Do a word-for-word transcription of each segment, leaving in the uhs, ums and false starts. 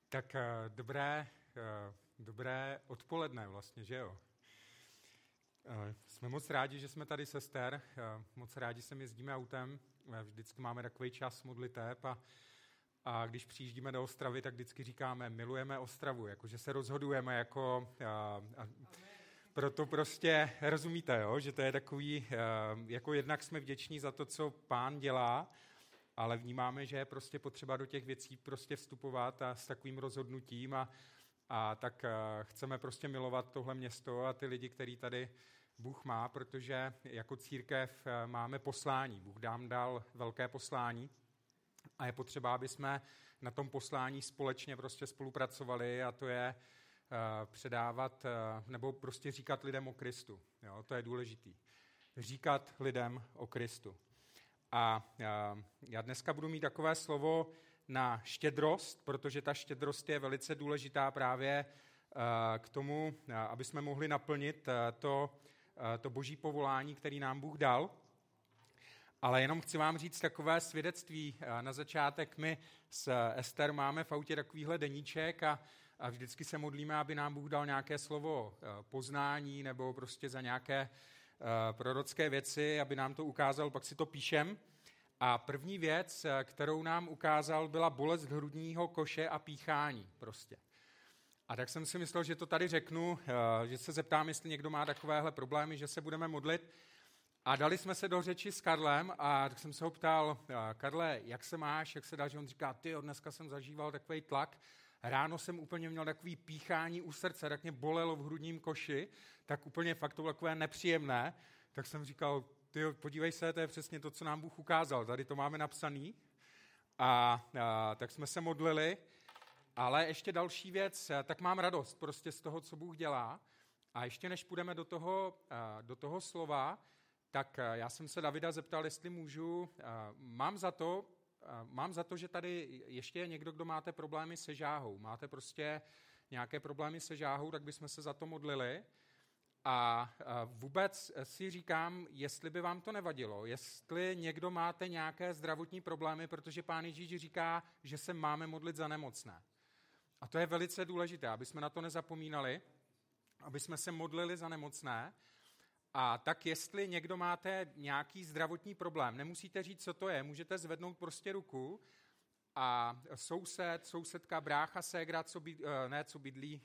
Tak uh, dobré, uh, dobré odpoledne vlastně, že jo? Uh, jsme moc rádi, že jsme tady s Ester, uh, moc rádi sem jezdíme autem, uh, vždycky máme takový čas modliteb a, a když přijíždíme do Ostravy, tak vždycky říkáme, milujeme Ostravu, jakože se rozhodujeme jako... Uh, a, proto prostě rozumíte, jo? Že to je takový, uh, jako jednak jsme vděční za to, co Pán dělá, ale vnímáme, že je prostě potřeba do těch věcí prostě vstupovat a s takovým rozhodnutím a, a tak uh, chceme prostě milovat tohle město a ty lidi, který tady Bůh má, protože jako církev uh, máme poslání. Bůh nám dal velké poslání a je potřeba, aby jsme na tom poslání společně prostě spolupracovali a to je uh, předávat uh, nebo prostě říkat lidem o Kristu. Jo, to je důležitý. Říkat lidem o Kristu. A já dneska budu mít takové slovo na štědrost, protože ta štědrost je velice důležitá právě k tomu, aby jsme mohli naplnit to, to boží povolání, který nám Bůh dal. Ale jenom chci vám říct takové svědectví. Na začátek my s Ester máme v autě takovýhle deníček a, a vždycky se modlíme, aby nám Bůh dal nějaké slovo poznání nebo prostě za nějaké prorocké věci, aby nám to ukázal, pak si to píšem. A první věc, kterou nám ukázal, byla bolest hrudního koše a píchání prostě. A tak jsem si myslel, že to tady řeknu, že se zeptám, jestli někdo má takovéhle problémy, že se budeme modlit. A dali jsme se do řeči s Karlem a tak jsem se ho ptal, Karle, jak se máš, jak se dá, že on říká, ty, dneska jsem zažíval takový tlak, ráno jsem úplně měl takový píchání u srdce, tak mě bolelo v hrudním koši, tak úplně fakt to bylo takové nepříjemné. Tak jsem říkal, ty, podívej se, to je přesně to, co nám Bůh ukázal, tady to máme napsaný. A, a tak jsme se modlili, ale ještě další věc, tak mám radost prostě z toho, co Bůh dělá. A ještě než půjdeme do toho, do toho slova, tak já jsem se Davida zeptal, jestli můžu, mám za to, Mám za to, že tady ještě je někdo, kdo máte problémy se žáhou. Máte prostě nějaké problémy se žáhou, tak bychom se za to modlili. A vůbec si říkám, jestli by vám to nevadilo, jestli někdo máte nějaké zdravotní problémy, protože Pán Ježíš říká, že se máme modlit za nemocné. A to je velice důležité, aby jsme na to nezapomínali, aby jsme se modlili za nemocné. A tak jestli někdo máte nějaký zdravotní problém, nemusíte říct, co to je, můžete zvednout prostě ruku a soused, sousedka, brácha, ségra, co bydlí, ne, co bydlí,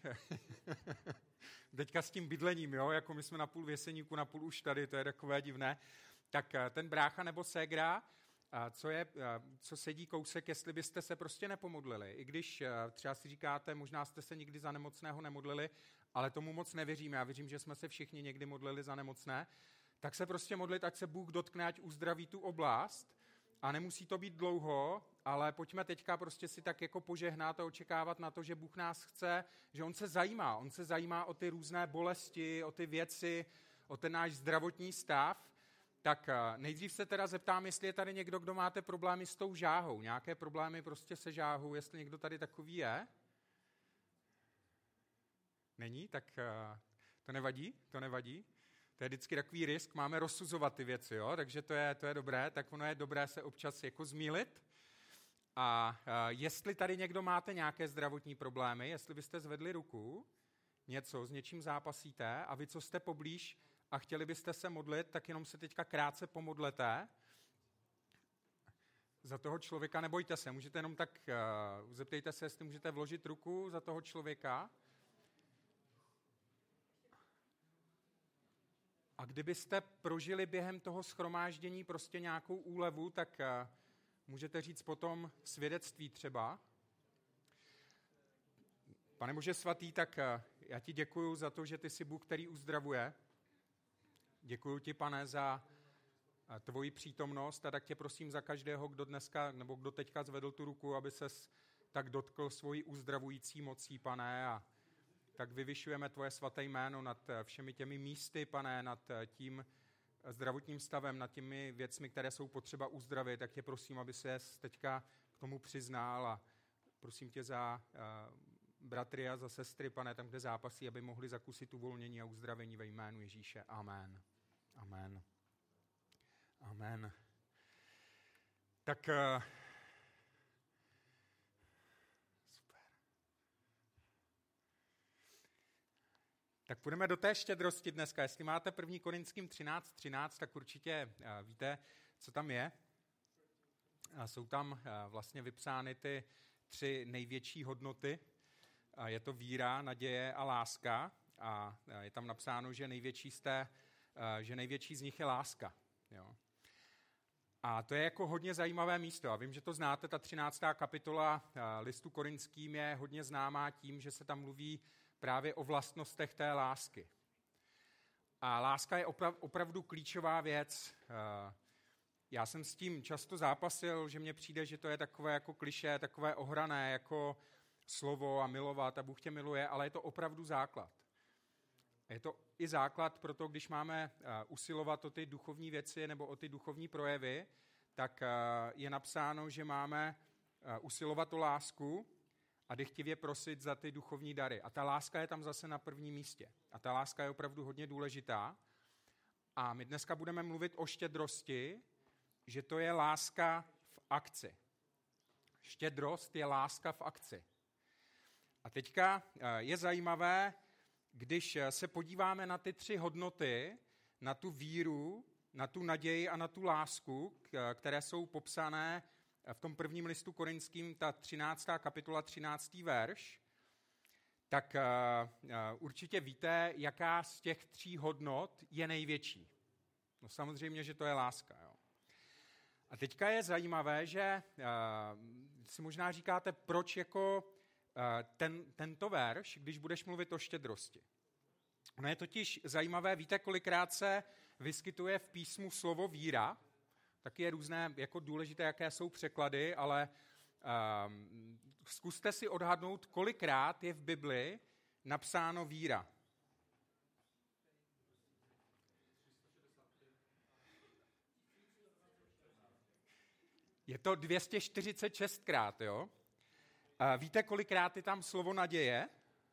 teďka s tím bydlením, jo, jako my jsme na půl v Jeseníku, na půl už tady, to je takové divné, tak ten brácha nebo ségra, co, je, co sedí kousek, jestli byste se prostě nepomodlili. I když třeba si říkáte, možná jste se nikdy za nemocného nemodlili, ale tomu moc nevěřím. Já věřím, že jsme se všichni někdy modlili za nemocné. Tak se prostě modlit, ať se Bůh dotkne, ať uzdraví tu oblast. A nemusí to být dlouho, ale pojďme teďka prostě si tak jako požehnat a očekávat na to, že Bůh nás chce, že on se zajímá. On se zajímá o ty různé bolesti, o ty věci, o ten náš zdravotní stav. Tak nejdřív se teda zeptám, jestli je tady někdo, kdo máte problémy s tou žáhou. Nějaké problémy prostě se žáhou, jestli někdo tady takový je. Není? Tak to nevadí, to nevadí. To je vždycky takový risk, máme rozsuzovat ty věci, jo? Takže to je, to je dobré, tak ono je dobré se občas jako zmýlit. A jestli tady někdo máte nějaké zdravotní problémy, jestli byste zvedli ruku, něco, s něčím zápasíte a vy, co jste poblíž, a chtěli byste se modlit, tak jenom se teďka krátce pomodlete. Za toho člověka nebojte se, můžete jenom tak, uh, zeptejte se, jestli můžete vložit ruku za toho člověka. A kdybyste prožili během toho shromáždění prostě nějakou úlevu, tak uh, můžete říct potom svědectví třeba. Pane Bože svatý, tak uh, já ti děkuju za to, že ty jsi Bůh, který uzdravuje. Děkuji ti, Pane, za tvoji přítomnost a tak tě prosím za každého, kdo dneska, nebo kdo teďka zvedl tu ruku, aby ses tak dotkl svojí uzdravující mocí, Pane, a tak vyvyšujeme tvoje svaté jméno nad všemi těmi místy, Pane, nad tím zdravotním stavem, nad těmi věcmi, které jsou potřeba uzdravit, tak tě prosím, aby ses teďka k tomu přiznal a prosím tě za bratry a za sestry, Pane, tam, kde zápasí, aby mohli zakusit uvolnění a uzdravení ve jménu Ježíše. Amen. Amen. Amen. Tak uh, super. Tak půjdeme do té štědrosti dneska. Jestli máte první Korinským třináct třináct, tak určitě víte, co tam je. Jsou tam vlastně vypsány ty tři největší hodnoty. Je to víra, naděje a láska. A je tam napsáno, že největší z, té, že největší z nich je láska. Jo. A to je jako hodně zajímavé místo. A vím, že to znáte, ta třináctá kapitola listu Korinským je hodně známá tím, že se tam mluví právě o vlastnostech té lásky. A láska je opravdu klíčová věc. Já jsem s tím často zápasil, že mně přijde, že to je takové jako klišé, takové ohrané jako slovo a milovat a Bůh tě miluje, ale je to opravdu základ. Je to i základ pro to, když máme usilovat o ty duchovní věci nebo o ty duchovní projevy, tak je napsáno, že máme usilovat o lásku a dychtivě prosit za ty duchovní dary. A ta láska je tam zase na prvním místě. A ta láska je opravdu hodně důležitá. A my dneska budeme mluvit o štědrosti, že to je láska v akci. Štědrost je láska v akci. A teďka je zajímavé, když se podíváme na ty tři hodnoty, na tu víru, na tu naději a na tu lásku, které jsou popsané v tom prvním listu Korinským, ta třináctá kapitola, třináctý verš, tak určitě víte, jaká z těch tří hodnot je největší. No samozřejmě, že to je láska. Jo. A teďka je zajímavé, že si možná říkáte, proč jako ten, tento verš, když budeš mluvit o štědrosti. Ono je totiž zajímavé, víte, kolikrát se vyskytuje v písmu slovo víra, taky je různé, jako důležité, jaké jsou překlady, ale um, zkuste si odhadnout, kolikrát je v Bibli napsáno víra. Je to dvě stě čtyřicet šestkrát, jo? A víte, kolikrát je tam slovo naděje?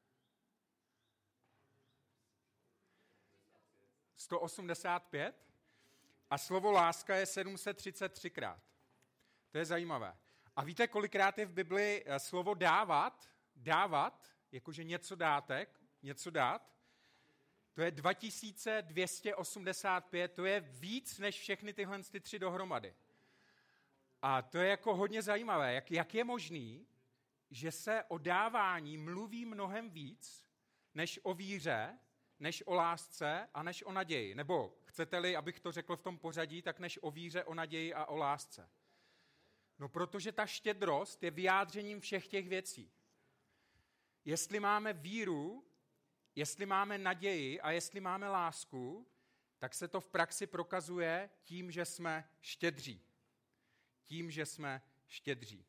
sto osmdesát pět. A slovo láska je sedm set třicet třikrát. To je zajímavé. A víte, kolikrát je v Bibli slovo dávat? Dávat, jakože něco dáte, něco dát. To je dva tisíce dvě stě osmdesát pět, to je víc než všechny tyhle ty tři dohromady. A to je jako hodně zajímavé. Jak, jak je možný, že se o dávání mluví mnohem víc, než o víře, než o lásce a než o naději. Nebo chcete-li, abych to řekl v tom pořadí, tak než o víře, o naději a o lásce. No protože ta štědrost je vyjádřením všech těch věcí. Jestli máme víru, jestli máme naději a jestli máme lásku, tak se to v praxi prokazuje tím, že jsme štědří. Tím, že jsme štědří.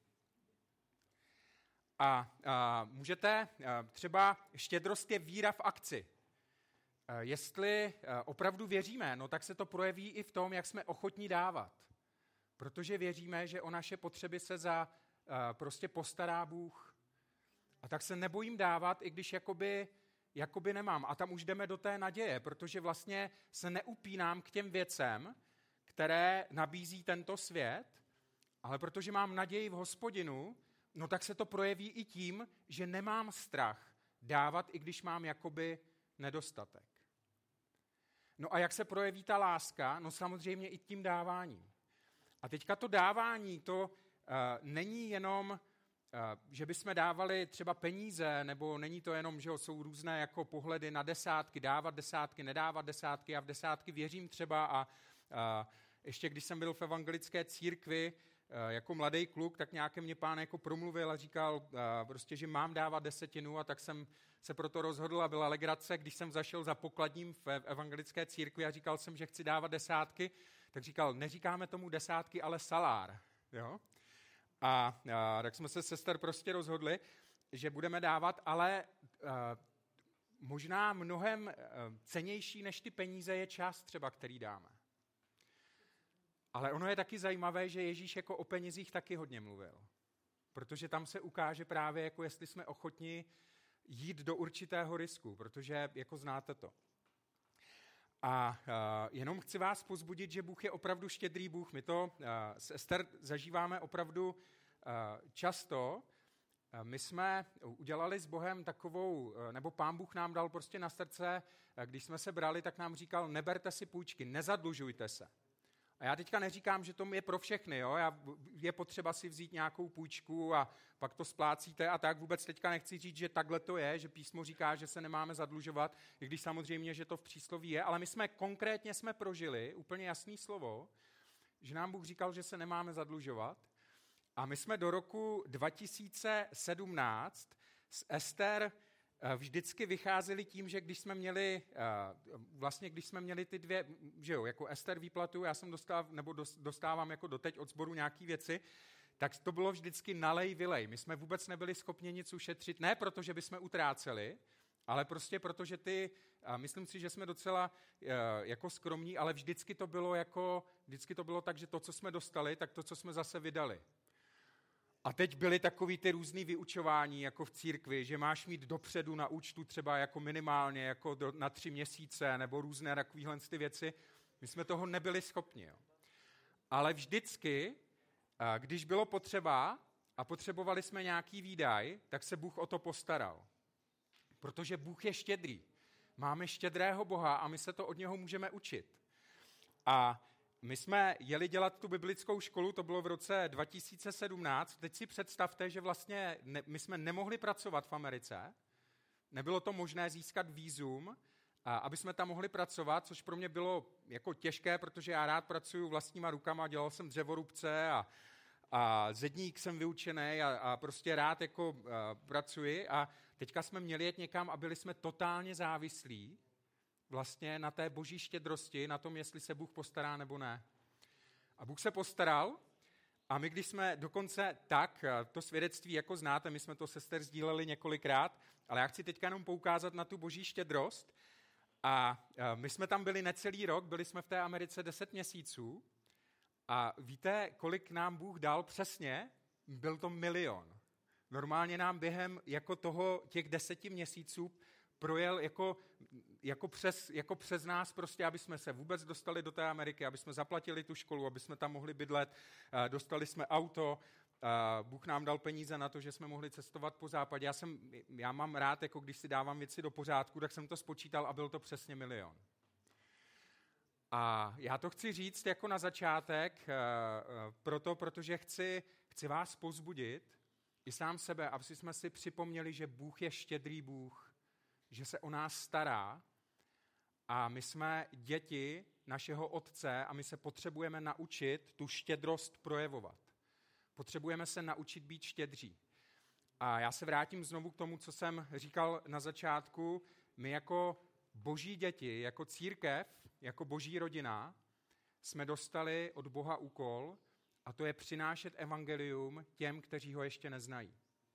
A, a můžete, a třeba štědrost je víra v akci. A jestli opravdu věříme, no tak se to projeví i v tom, jak jsme ochotní dávat. Protože věříme, že o naše potřeby se za a, prostě postará Bůh. A tak se nebojím dávat, i když jakoby, jakoby nemám. A tam už jdeme do té naděje, protože vlastně se neupínám k těm věcem, které nabízí tento svět, ale protože mám naději v Hospodinu, no tak se to projeví i tím, že nemám strach dávat, i když mám jakoby nedostatek. No a jak se projeví ta láska? No samozřejmě i tím dáváním. A teďka to dávání, to uh, není jenom, uh, že bychom dávali třeba peníze, nebo není to jenom, že jsou různé jako pohledy na desátky, dávat desátky, nedávat desátky. Já v desátky věřím třeba a uh, ještě když jsem byl v evangelické církvi, jako mladý kluk, tak nějaké mě pán jako promluvil a říkal prostě, že mám dávat desetinu a tak jsem se proto rozhodl a byla legrace, když jsem zašel za pokladním v evangelické církvi a říkal jsem, že chci dávat desátky, tak říkal, neříkáme tomu desátky, ale salár. Jo? A, a tak jsme se sester prostě rozhodli, že budeme dávat, ale a, možná mnohem cennější než ty peníze je čas třeba, který dáme. Ale ono je taky zajímavé, že Ježíš jako o penězích taky hodně mluvil. Protože tam se ukáže právě, jako jestli jsme ochotni jít do určitého risku, protože jako znáte to. A uh, jenom chci vás pozbudit, že Bůh je opravdu štědrý Bůh. My to uh, s Ester zažíváme opravdu uh, často My jsme udělali s Bohem takovou, nebo Pán Bůh nám dal prostě na srdce, když jsme se brali, tak nám říkal, neberte si půjčky, nezadlužujte se. A já teďka neříkám, že to je pro všechny, jo? Já, je potřeba si vzít nějakou půjčku a pak to splácíte a tak. Vůbec teďka nechci říct, že takhle to je, že písmo říká, že se nemáme zadlužovat, i když samozřejmě, že to v přísloví je, ale my jsme konkrétně jsme prožili úplně jasný slovo, že nám Bůh říkal, že se nemáme zadlužovat. A my jsme do roku dva tisíce sedmnáct s Ester vždycky vycházeli tím, že když jsme měli, vlastně když jsme měli ty dvě, že jo, jako Ester výplatu, já jsem dostal, nebo dostávám jako doteď od sboru nějaký věci, tak to bylo vždycky nalej, vylej. My jsme vůbec nebyli schopni nic ušetřit, ne proto, že bychom utráceli, ale prostě proto, že ty, myslím si, že jsme docela jako skromní, ale vždycky to bylo jako, vždycky to bylo tak, že to, co jsme dostali, tak to, co jsme zase vydali. A teď byly takový ty různý vyučování jako v církvi, že máš mít dopředu na účtu třeba jako minimálně jako do, na tři měsíce nebo různé takovýhle ty věci. My jsme toho nebyli schopni. Jo. Ale vždycky, když bylo potřeba a potřebovali jsme nějaký výdaj, tak se Bůh o to postaral. Protože Bůh je štědrý. Máme štědrého Boha a my se to od něho můžeme učit. A my jsme jeli dělat tu biblickou školu, to bylo v roce dva tisíce sedmnáct. Teď si představte, že vlastně ne, my jsme nemohli pracovat v Americe, nebylo to možné získat vízum, a, aby jsme tam mohli pracovat, což pro mě bylo jako těžké, protože já rád pracuju vlastníma rukama, dělal jsem dřevorubce a, a zedník jsem vyučený a, a prostě rád jako a, pracuji. A teďka jsme měli jet někam a byli jsme totálně závislí vlastně na té boží štědrosti, na tom, jestli se Bůh postará nebo ne. A Bůh se postaral a my, když jsme dokonce tak, to svědectví jako znáte, my jsme to se Ester sdíleli několikrát, ale já chci teďka jenom poukázat na tu boží štědrost. A my jsme tam byli necelý rok, byli jsme v té Americe deset měsíců a víte, kolik nám Bůh dal přesně? Byl to milion. Normálně nám během jako toho těch deseti měsíců projel jako, jako, přes, jako přes nás prostě, aby jsme se vůbec dostali do té Ameriky, aby jsme zaplatili tu školu, aby jsme tam mohli bydlet, dostali jsme auto, Bůh nám dal peníze na to, že jsme mohli cestovat po západě. Já, jsem, já mám rád, jako když si dávám věci do pořádku, tak jsem to spočítal a byl to přesně milion. A já to chci říct jako na začátek, proto, protože chci, chci vás povzbudit i sám sebe, aby jsme si připomněli, že Bůh je štědrý Bůh, že se o nás stará a my jsme děti našeho Otce a my se potřebujeme naučit tu štědrost projevovat. Potřebujeme se naučit být štědří. A já se vrátím znovu k tomu, co jsem říkal na začátku. My jako boží děti, jako církev, jako boží rodina, jsme dostali od Boha úkol a to je přinášet evangelium těm, kteří ho ještě neznají.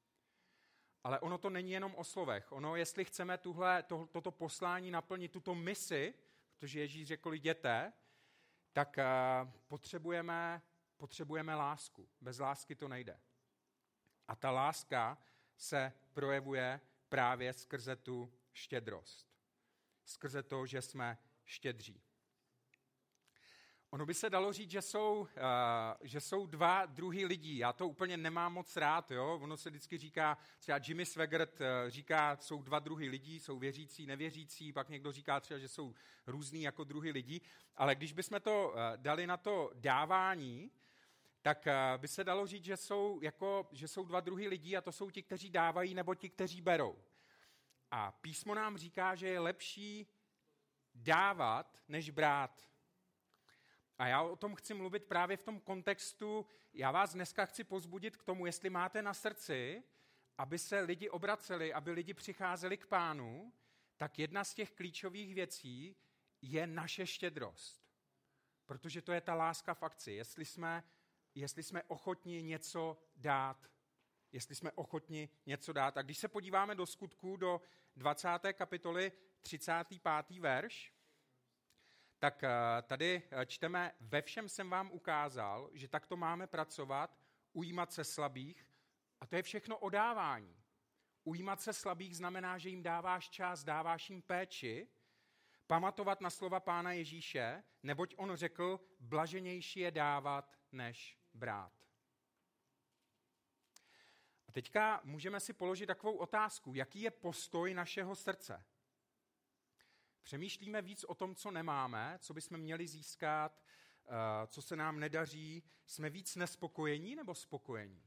Ale ono to není jenom o slovech. Ono, jestli chceme tuhle, to, toto poslání naplnit, tuto misi, protože Ježíš řekl, jděte, tak uh, potřebujeme, potřebujeme lásku. Bez lásky to nejde. A ta láska se projevuje právě skrze tu štědrost. Skrze to, že jsme štědří. Ono by se dalo říct, že jsou, uh, že jsou dva druhy lidí. Já to úplně nemám moc rád. Jo? Ono se vždycky říká, třeba Jimmy Swaggart uh, říká, jsou dva druhy lidí, jsou věřící, nevěřící, pak někdo říká třeba, že jsou různý jako druhy lidí. Ale když bychom to uh, dali na to dávání, tak uh, by se dalo říct, že jsou, jako, že jsou dva druhy lidí a to jsou ti, kteří dávají nebo ti, kteří berou. A písmo nám říká, že je lepší dávat, než brát. A já o tom chci mluvit právě v tom kontextu, já vás dneska chci povzbudit k tomu, jestli máte na srdci, aby se lidi obraceli, aby lidi přicházeli k Pánu, tak jedna z těch klíčových věcí je naše štědrost. Protože to je ta láska v akci. Jestli jsme, jestli jsme ochotni něco dát, jestli jsme ochotni něco dát. A když se podíváme do Skutků, do dvacáté kapitoly, třicátý pátý verš, tak tady čteme, ve všem jsem vám ukázal, že takto máme pracovat, ujímat se slabých, a to je všechno o dávání. Ujímat se slabých znamená, že jim dáváš čas, dáváš jim péči, pamatovat na slova Pána Ježíše, neboť on řekl, blaženější je dávat, než brát. A teďka můžeme si položit takovou otázku, jaký je postoj našeho srdce. Přemýšlíme víc o tom, co nemáme, co bychom měli získat, co se nám nedaří. Jsme víc nespokojení nebo spokojení?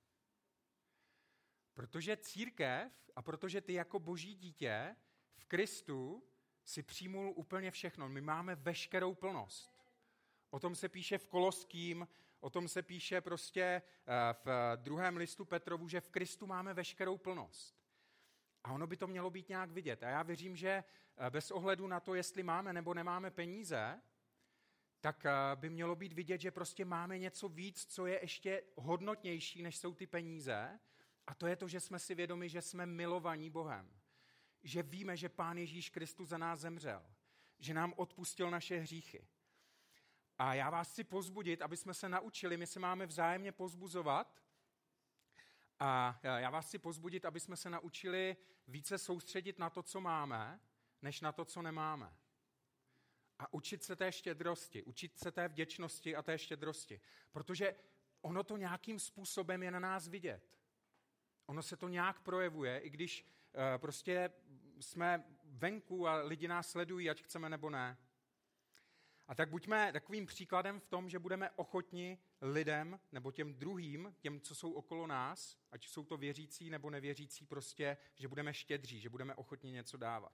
Protože církev a protože ty jako boží dítě v Kristu si přijmul úplně všechno. My máme veškerou plnost. O tom se píše v Koloským, o tom se píše prostě v druhém listu Petrovu, že v Kristu máme veškerou plnost. A ono by to mělo být nějak vidět. A já věřím, že bez ohledu na to, jestli máme nebo nemáme peníze, tak by mělo být vidět, že prostě máme něco víc, co je ještě hodnotnější, než jsou ty peníze. A to je to, že jsme si vědomi, že jsme milovaní Bohem. Že víme, že Pán Ježíš Kristus za nás zemřel. Že nám odpustil naše hříchy. A já vás chci povzbudit, aby jsme se naučili, my se máme vzájemně povzbuzovat. A já vás chci povzbudit, aby jsme se naučili více soustředit na to, co máme, než na to, co nemáme. A učit se té štědrosti, učit se té vděčnosti a té štědrosti. Protože ono to nějakým způsobem je na nás vidět. Ono se to nějak projevuje, i když uh, prostě jsme venku a lidi nás sledují, ať chceme nebo ne. A tak buďme takovým příkladem v tom, že budeme ochotni lidem, nebo těm druhým, těm, co jsou okolo nás, ať jsou to věřící nebo nevěřící, prostě, že budeme štědří, že budeme ochotni něco dávat.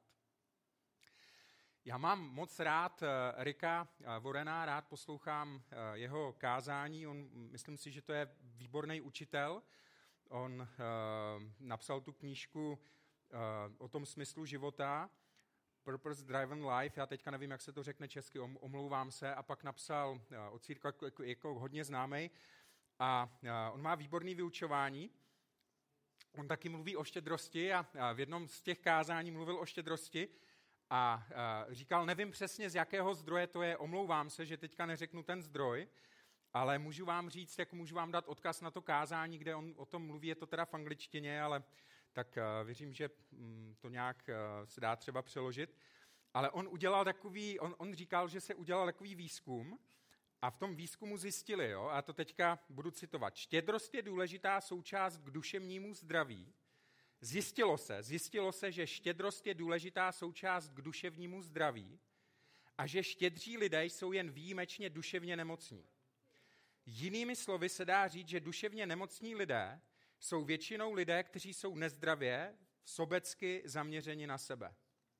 Já mám moc rád Ricka Warrena, rád poslouchám jeho kázání, on, myslím si, že to je výborný učitel. On uh, napsal tu knížku uh, o tom smyslu života, Purpose Driven Life, já teďka nevím, jak se to řekne česky, omlouvám se, a pak napsal uh, o církvi jako, jako, jako hodně známej. A uh, on má výborný vyučování. On taky mluví o štědrosti a, a v jednom z těch kázání mluvil o štědrosti a uh, říkal, nevím přesně, z jakého zdroje to je, omlouvám se, že teďka neřeknu ten zdroj, ale můžu vám říct, jako můžu vám dát odkaz na to kázání, kde on o tom mluví, je to teda v angličtině, ale tak uh, věřím, že um, to nějak uh, se dá třeba přeložit. Ale on udělal takový, on, on říkal, že se udělal takový výzkum a v tom výzkumu zjistili, jo, a to teďka budu citovat, štědrost je důležitá součást k duševnímu zdraví. Zjistilo se, zjistilo se, že štědrost je důležitá součást k duševnímu zdraví a že štědří lidé jsou jen výjimečně duševně nemocní. Jinými slovy se dá říct, že duševně nemocní lidé jsou většinou lidé, kteří jsou nezdravě, sobecky zaměřeni na sebe.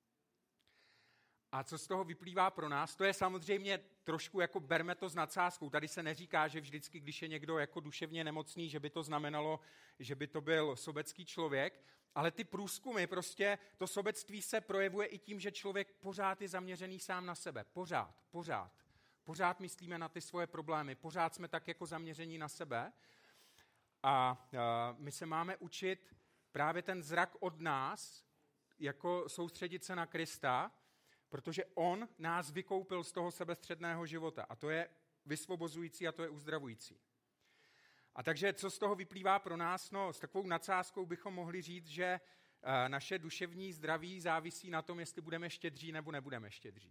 A co z toho vyplývá pro nás? To je samozřejmě trošku jako berme to s nadsázkou. Tady se neříká, že vždycky, když je někdo jako duševně nemocný, že by to znamenalo, že by to byl sobecký člověk, ale ty průzkumy prostě, to sobectví se projevuje i tím, že člověk pořád je zaměřený sám na sebe. Pořád, pořád. Pořád myslíme na ty svoje problémy, pořád jsme tak jako zaměření na sebe. A my se máme učit právě ten zrak od nás, jako soustředit se na Krista, protože on nás vykoupil z toho sebestředného života. A to je vysvobozující a to je uzdravující. A takže co z toho vyplývá pro nás? No, s takovou nadsázkou bychom mohli říct, že naše duševní zdraví závisí na tom, jestli budeme štědří nebo nebudeme štědří.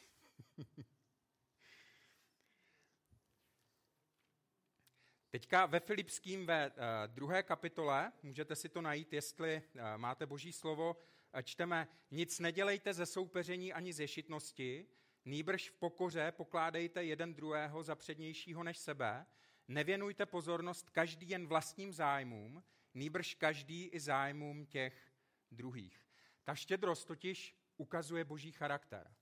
Teďka ve Filipským ve druhé kapitole, můžete si to najít, jestli máte Boží slovo, čteme, nic nedělejte ze soupeření ani ze šitnosti, nýbrž v pokoře pokládejte jeden druhého za přednějšího než sebe, nevěnujte pozornost každý jen vlastním zájmům, nýbrž každý i zájmům těch druhých. Ta štědrost totiž ukazuje Boží charakter.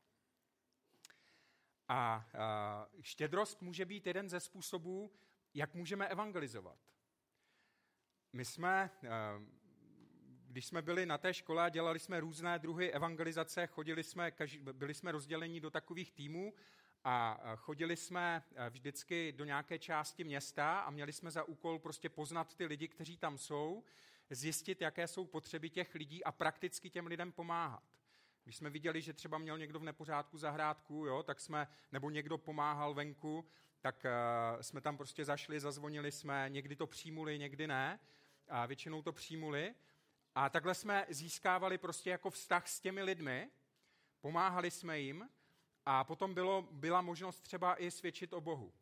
A štědrost může být jeden ze způsobů, jak můžeme evangelizovat. My jsme, když jsme byli na té škole a dělali jsme různé druhy evangelizace, chodili jsme, byli jsme rozděleni do takových týmů a chodili jsme vždycky do nějaké části města a měli jsme za úkol prostě poznat ty lidi, kteří tam jsou, zjistit, jaké jsou potřeby těch lidí a prakticky těm lidem pomáhat. Když jsme viděli, že třeba měl někdo v nepořádku zahrádku, jo, tak jsme, nebo někdo pomáhal venku, tak uh, jsme tam prostě zašli, zazvonili jsme, někdy to přijmuli, někdy ne, a většinou to přijmuli. A takhle jsme získávali prostě jako vztah s těmi lidmi, pomáhali jsme jim a potom bylo, byla možnost třeba i svědčit o Bohu.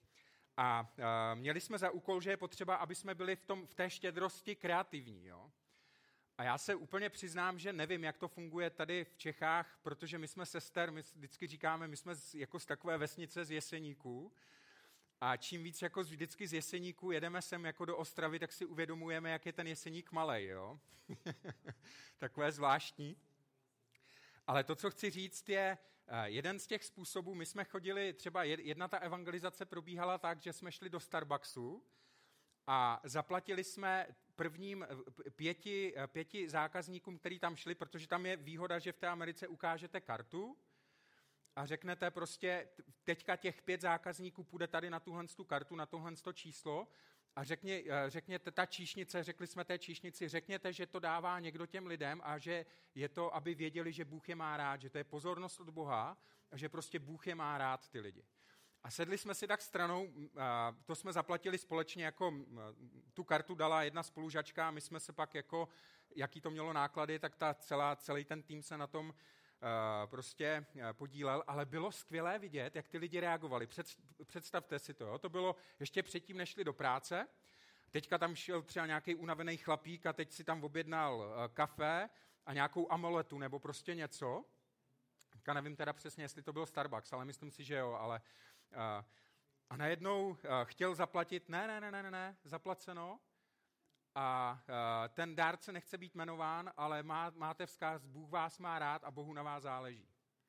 A uh, měli jsme za úkol, že je potřeba, aby jsme byli v, tom, v té štědrosti kreativní. Jo? A já se úplně přiznám, že nevím, jak to funguje tady v Čechách, protože my jsme sester, my vždycky říkáme, my jsme z, jako z takové vesnice z Jeseníků. A čím víc jako vždycky z Jeseníků jedeme sem jako do Ostravy, tak si uvědomujeme, jak je ten Jeseník malej. Jo? Takové zvláštní. Ale to, co chci říct, je jeden z těch způsobů. My jsme chodili, třeba jedna ta evangelizace probíhala tak, že jsme šli do Starbucksu a zaplatili jsme prvním pěti, pěti zákazníkům, kteří tam šli, protože tam je výhoda, že v té Americe ukážete kartu a řeknete prostě, teďka těch pět zákazníků půjde tady na tuhle tu kartu, na tohle číslo a řekně, řekněte, ta číšnice, řekli jsme té číšnici, řekněte, že to dává někdo těm lidem a že je to, aby věděli, že Bůh je má rád, že to je pozornost od Boha a že prostě Bůh je má rád ty lidi. A sedli jsme si tak stranou, to jsme zaplatili společně, jako tu kartu dala jedna spolužačka a my jsme se pak jako, jaký to mělo náklady, tak ta celá, celý ten tým se na tom prostě podílel, ale bylo skvělé vidět, jak ty lidi reagovali. Před, představte si to, jo? To bylo ještě předtím, než šli do práce. Teďka tam šel třeba nějaký unavený chlapík a teď si tam objednal kafe a nějakou amuletu nebo prostě něco. Teďka nevím teda přesně, jestli to byl Starbucks, ale myslím si, že jo, ale a najednou chtěl zaplatit, ne, ne, ne, ne, ne, zaplaceno. A ten dárce nechce být jmenován, ale má, máte vzkaz, Bůh vás má rád a Bohu na vás záleží.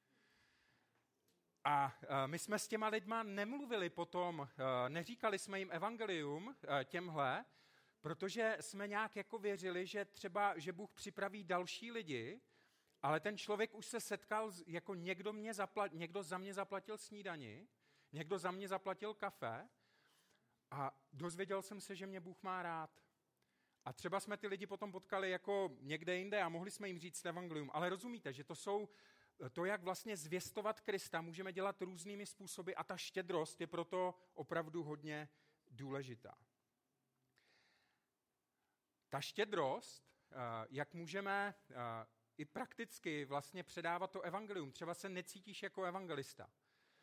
A my jsme s těma lidma nemluvili potom, neříkali jsme jim evangelium těmhle, protože jsme nějak jako věřili, že třeba, že Bůh připraví další lidi, ale ten člověk už se setkal, jako někdo, mě zaplat, někdo za mě zaplatil snídani, někdo za mě zaplatil kafe a dozvěděl jsem se, že mě Bůh má rád. A třeba jsme ty lidi potom potkali jako někde jinde a mohli jsme jim říct evangelium. Ale rozumíte, že to jsou to, jak vlastně zvěstovat Krista, můžeme dělat různými způsoby a ta štědrost je proto opravdu hodně důležitá. Ta štědrost, jak můžeme i prakticky vlastně předávat to evangelium. Třeba se necítíš jako evangelista.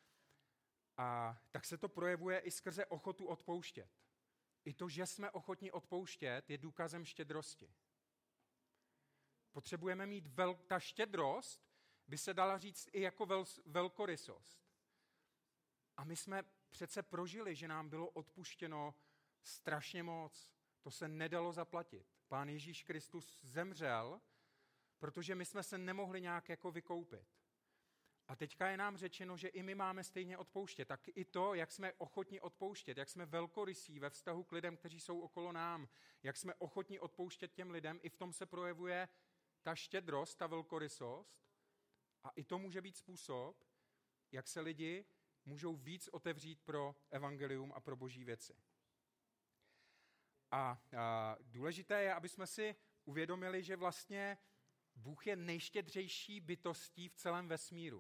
A tak se to projevuje i skrze ochotu odpouštět. I to, že jsme ochotni odpouštět, je důkazem štědrosti. Potřebujeme mít vel, ta štědrost, by se dala říct i jako vel, velkorysost. A my jsme přece prožili, že nám bylo odpuštěno strašně moc. To se nedalo zaplatit. Pán Ježíš Kristus zemřel, protože my jsme se nemohli nějak jako vykoupit. A teďka je nám řečeno, že i my máme stejně odpouštět. Tak i to, jak jsme ochotni odpouštět, jak jsme velkorysí ve vztahu k lidem, kteří jsou okolo nám, jak jsme ochotni odpouštět těm lidem, i v tom se projevuje ta štědrost, ta velkorysost. A i to může být způsob, jak se lidi můžou víc otevřít pro evangelium a pro boží věci. A, a důležité je, aby jsme si uvědomili, že vlastně Bůh je nejštědřejší bytostí v celém vesmíru.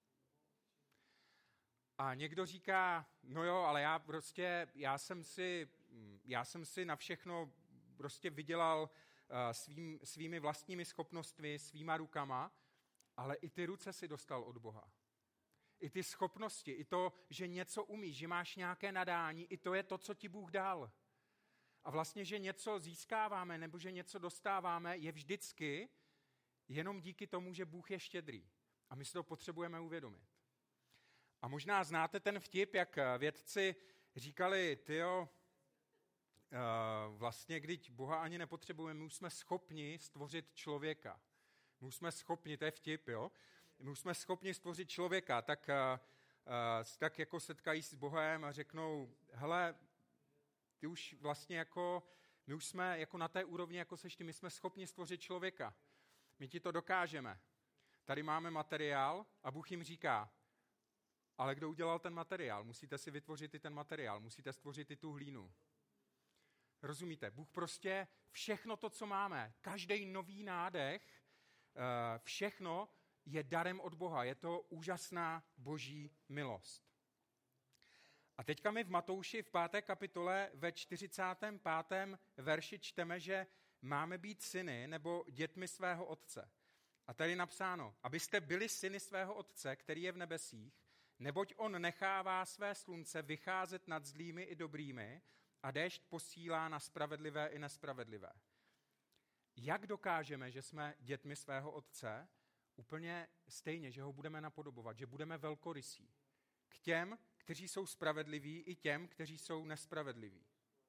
A někdo říká, no jo, ale já prostě, já jsem si, já jsem si na všechno prostě vydělal uh, svým, svými vlastními schopnostmi, svýma rukama, ale i ty ruce si dostal od Boha. I ty schopnosti, i to, že něco umíš, že máš nějaké nadání, i to je to, co ti Bůh dal. A vlastně, že něco získáváme nebo že něco dostáváme, je vždycky jenom díky tomu, že Bůh je štědrý. A my si to potřebujeme uvědomit. A možná znáte ten vtip, jak vědci říkali, tyjo, vlastně, když Boha ani nepotřebujeme, my už jsme schopni stvořit člověka. My už jsme schopni, to je vtip, jo? My už jsme schopni stvořit člověka, tak, tak jako setkají s Bohem a řeknou, hele, ty už vlastně jako, my už jsme jako na té úrovni, jako seš ty, my jsme schopni stvořit člověka. My ti to dokážeme. Tady máme materiál a Bůh jim říká, ale kdo udělal ten materiál? Musíte si vytvořit i ten materiál, musíte stvořit i tu hlínu. Rozumíte? Bůh prostě všechno to, co máme, každý nový nádech, všechno je darem od Boha. Je to úžasná boží milost. A teďka my v Matouši v páté kapitole ve čtyřicátém pátém verši čteme, že máme být syny nebo dětmi svého otce. A tady je napsáno, abyste byli syny svého otce, který je v nebesích, Neboť on nechává své slunce vycházet nad zlými i dobrými a déšť posílá na spravedlivé i nespravedlivé. Jak dokážeme, že jsme dětmi svého otce? Úplně stejně, že ho budeme napodobovat, že budeme velkorysí. K těm, kteří jsou spravedliví, i těm, kteří jsou nespravedliví.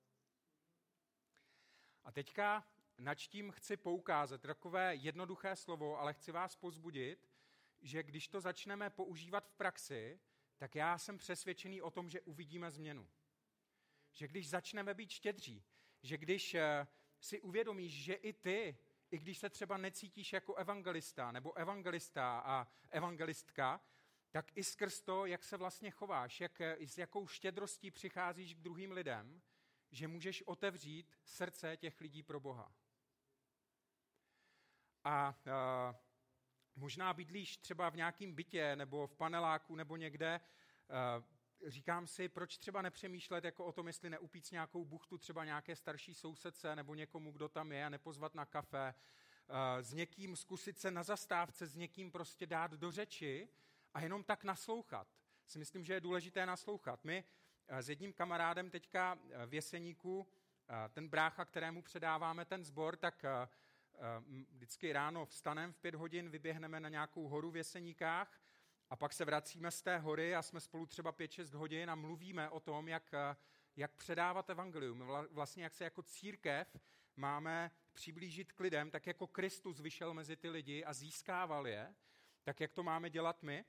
A teďka nač tím chci poukázat, takové jednoduché slovo, ale chci vás povzbudit, že když to začneme používat v praxi, tak já jsem přesvědčený o tom, že uvidíme změnu. Že když začneme být štědří, že když si uvědomíš, že i ty, i když se třeba necítíš jako evangelista nebo evangelista a evangelistka, tak i skrz to, jak se vlastně chováš, jak, s jakou štědrostí přicházíš k druhým lidem, že můžeš otevřít srdce těch lidí pro Boha. A uh, možná bydlíš třeba v nějakém bytě nebo v paneláku nebo někde, uh, říkám si, proč třeba nepřemýšlet jako o tom, jestli neupíct nějakou buchtu třeba nějaké starší sousedce nebo někomu, kdo tam je, a nepozvat na kafe, uh, s někým zkusit se na zastávce, s někým prostě dát do řeči a jenom tak naslouchat. Si myslím, že je důležité naslouchat. My uh, s jedním kamarádem teďka v Jeseníku, uh, ten brácha, kterému předáváme ten sbor, tak uh, vždycky ráno vstanem v pět hodin, vyběhneme na nějakou horu v Jeseníkách a pak se vracíme z té hory a jsme spolu třeba pět šest hodin a mluvíme o tom, jak, jak předávat evangelium. Vlastně jak se jako církev máme přiblížit k lidem, tak jako Kristus vyšel mezi ty lidi a získával je, tak jak to máme dělat my.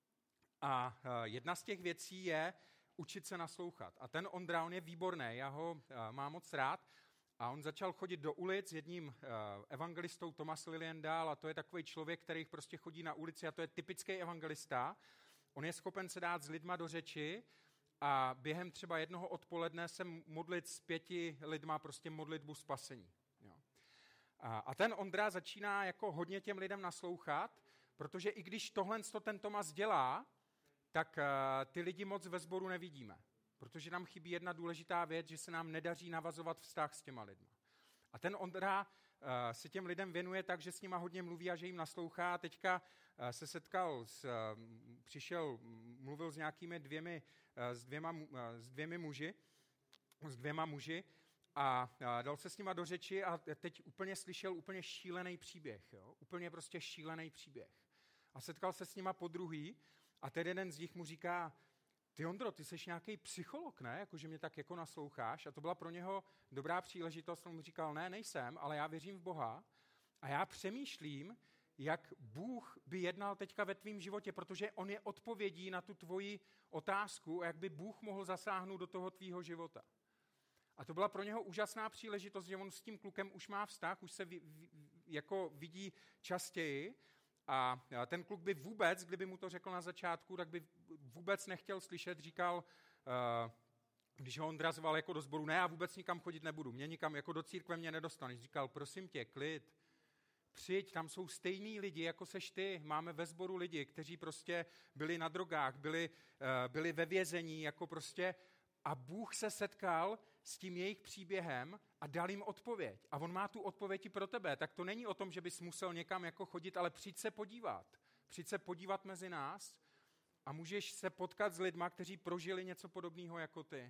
A jedna z těch věcí je učit se naslouchat. A ten Ondra, on je výborný, já ho mám moc rád. A on začal chodit do ulic s jedním uh, evangelistou, Thomas Liliendahl, a to je takový člověk, který prostě chodí na ulici a to je typický evangelista. On je schopen se dát s lidma do řeči a během třeba jednoho odpoledne se modlit s pěti lidma prostě modlitbu spasení. Jo. A, a ten Ondra začíná jako hodně těm lidem naslouchat, protože i když tohle ten Thomas dělá, tak uh, ty lidi moc ve sboru nevidíme. Protože nám chybí jedna důležitá věc, že se nám nedaří navazovat vztah s těma lidma. A ten Ondra uh, se těm lidem věnuje tak, že s nima hodně mluví a že jim naslouchá. Teďka uh, se setkal, s, uh, přišel, mluvil s nějakými dvěmi, uh, s dvěma, uh, s dvěmi muži, s dvěma muži a uh, dal se s nima do řeči a teď úplně slyšel úplně šílený příběh. Jo? Úplně prostě šílený příběh. A setkal se s nima podruhý a ten jeden z nich mu říká: Ty, Ondro, ty jsi nějaký psycholog, ne? Jakože mě tak jako nasloucháš. A to byla pro něho dobrá příležitost. On mu říkal: ne, nejsem, ale já věřím v Boha a já přemýšlím, jak Bůh by jednal teďka ve tvém životě, protože on je odpovědí na tu tvoji otázku a jak by Bůh mohl zasáhnout do toho tvýho života. A to byla pro něho úžasná příležitost, že on s tím klukem už má vztah, už se vy, vy, jako vidí častěji. A ten kluk by vůbec, kdyby mu to řekl na začátku, tak by vůbec nechtěl slyšet, říkal, uh, když ho Ondra zval jako do sboru: ne, já vůbec nikam chodit nebudu, mě nikam jako do církve mě nedostaneš. Říkal: prosím tě, klid, přijď, tam jsou stejný lidi, jako seš ty, máme ve sboru lidi, kteří prostě byli na drogách, byli, uh, byli ve vězení, jako prostě, a Bůh se setkal s tím jejich příběhem a dal jim odpověď. A on má tu odpověď i pro tebe. Tak to není o tom, že bys musel někam jako chodit, ale přijď se podívat. Přijď se podívat mezi nás a můžeš se potkat s lidma, kteří prožili něco podobného jako ty.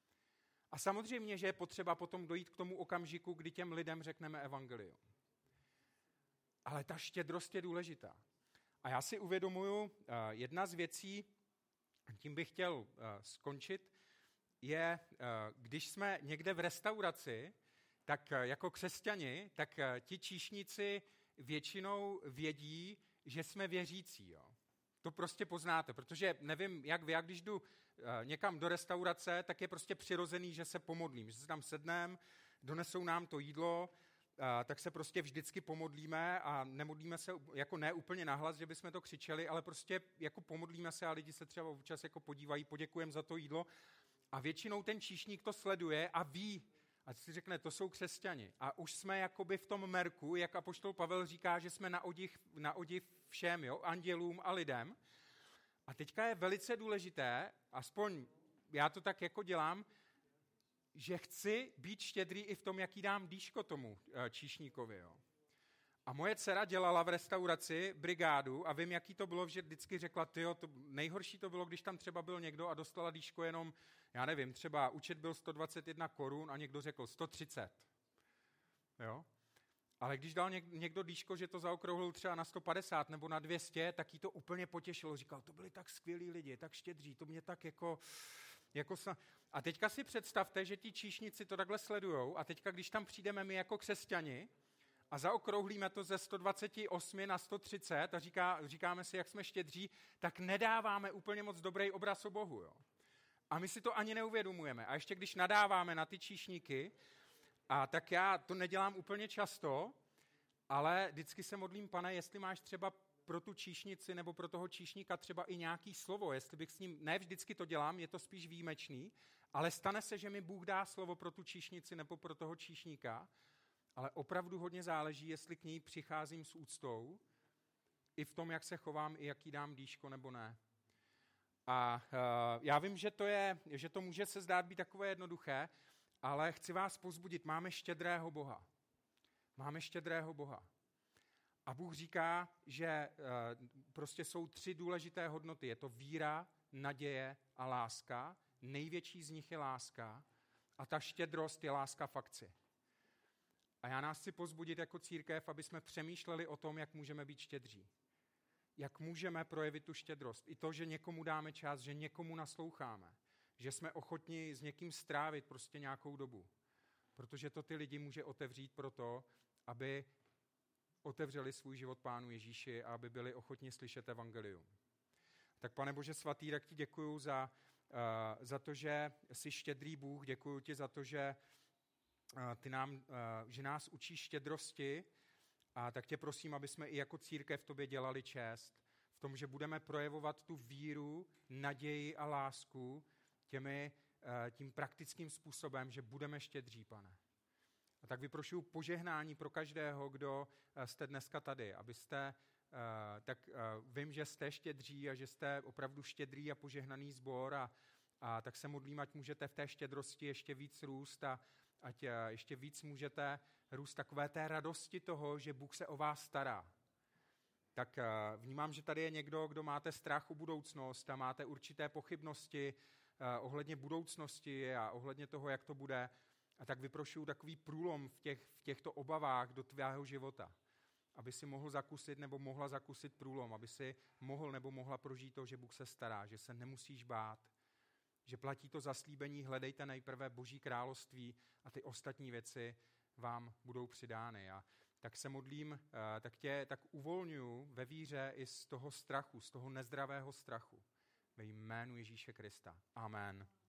A samozřejmě, že je potřeba potom dojít k tomu okamžiku, kdy těm lidem řekneme evangelium. Ale ta štědrost je důležitá. A já si uvědomuju, jedna z věcí, tím bych chtěl skončit, je, když jsme někde v restauraci, tak jako křesťani, tak ti číšníci většinou vědí, že jsme věřící. Jo. To prostě poznáte, protože nevím, jak vy, jak když jdu někam do restaurace, tak je prostě přirozený, že se pomodlím, že se tam sedneme, donesou nám to jídlo, tak se prostě vždycky pomodlíme a nemodlíme se jako ne úplně nahlas, že bychom to křičeli, ale prostě jako pomodlíme se a lidi se třeba občas jako podívají, poděkujeme za to jídlo. A většinou ten číšník to sleduje a ví, a si řekne, to jsou křesťani. A už jsme jakoby v tom merku, jak apoštol Pavel říká, že jsme na odiv, na odiv všem, jo, andělům a lidem. A teďka je velice důležité, aspoň já to tak jako dělám, že chci být štědrý i v tom, jaký dám dýško tomu číšníkovi. Jo. A moje dcera dělala v restauraci brigádu a vím, jaký to bylo, že vždycky řekla, tyjo, to nejhorší to bylo, když tam třeba byl někdo a dostala dýško jenom, já nevím, třeba účet byl sto dvacet jedna korun a někdo řekl sto třicet. Jo? Ale když dal někdo dýško, že to zaokrouhlil třeba na sto padesát nebo na dvě stě, tak jí to úplně potěšilo. Říkal, to byli tak skvělí lidi, tak štědří, to mě tak jako... jako sa... A teďka si představte, že ti číšníci to takhle sledujou a teďka, když tam přijdeme my jako křesťani a zaokrouhlíme to ze sto dvacet osm na sto třicet a říká, říkáme si, jak jsme štědří, tak nedáváme úplně moc dobrý obraz o Bohu. Jo? A my si to ani neuvědomujeme. A ještě když nadáváme na ty číšníky, a tak já to nedělám úplně často, ale vždycky se modlím, Pane, jestli máš třeba pro tu číšnici nebo pro toho číšníka třeba i nějaký slovo, jestli bych s ním, ne vždycky to dělám, je to spíš výjimečný, ale stane se, že mi Bůh dá slovo pro tu číšnici nebo pro toho číšníka, ale opravdu hodně záleží, jestli k ní přicházím s úctou, i v tom, jak se chovám, i jaký dám dýško nebo ne. A uh, já vím, že to, je, že to může se zdát být takové jednoduché, ale chci vás povzbudit, máme štědrého Boha. Máme štědrého Boha. A Bůh říká, že uh, prostě jsou tři důležité hodnoty. Je to víra, naděje a láska. Největší z nich je láska a ta štědrost je láska v akci. A já nás chci povzbudit jako církev, aby jsme přemýšleli o tom, jak můžeme být štědří. Jak můžeme projevit tu štědrost. I to, že někomu dáme čas, že někomu nasloucháme. Že jsme ochotni s někým strávit prostě nějakou dobu. Protože to ty lidi může otevřít proto, aby otevřeli svůj život Pánu Ježíši a aby byli ochotni slyšet evangelium. Tak Pane Bože svatý, tak ti děkuju za, uh, za to, že jsi štědrý Bůh, děkuju ti za to, že, uh, ty nám, uh, že nás učíš štědrosti a tak tě prosím, aby jsme i jako církev tobě dělali čest v tom, že budeme projevovat tu víru, naději a lásku těmi, uh, tím praktickým způsobem, že budeme štědří, Pane. A tak vyprošuju požehnání pro každého, kdo jste dneska tady, abyste, tak vím, že jste štědří a že jste opravdu štědrý a požehnaný sbor a, a tak se modlím, ať můžete v té štědrosti ještě víc růst a ať ještě víc můžete růst takové té radosti toho, že Bůh se o vás stará. Tak vnímám, že tady je někdo, kdo máte strach o budoucnost a máte určité pochybnosti ohledně budoucnosti a ohledně toho, jak to bude. A tak vyprošuju takový průlom v, těch, v těchto obavách do tvého života, aby si mohl zakusit nebo mohla zakusit průlom, aby si mohl nebo mohla prožít to, že Bůh se stará, že se nemusíš bát, že platí to zaslíbení, hledejte nejprve Boží království a ty ostatní věci vám budou přidány. A tak se modlím, tak tě tak uvolňuji ve víře i z toho strachu, z toho nezdravého strachu. Ve jménu Ježíše Krista. Amen.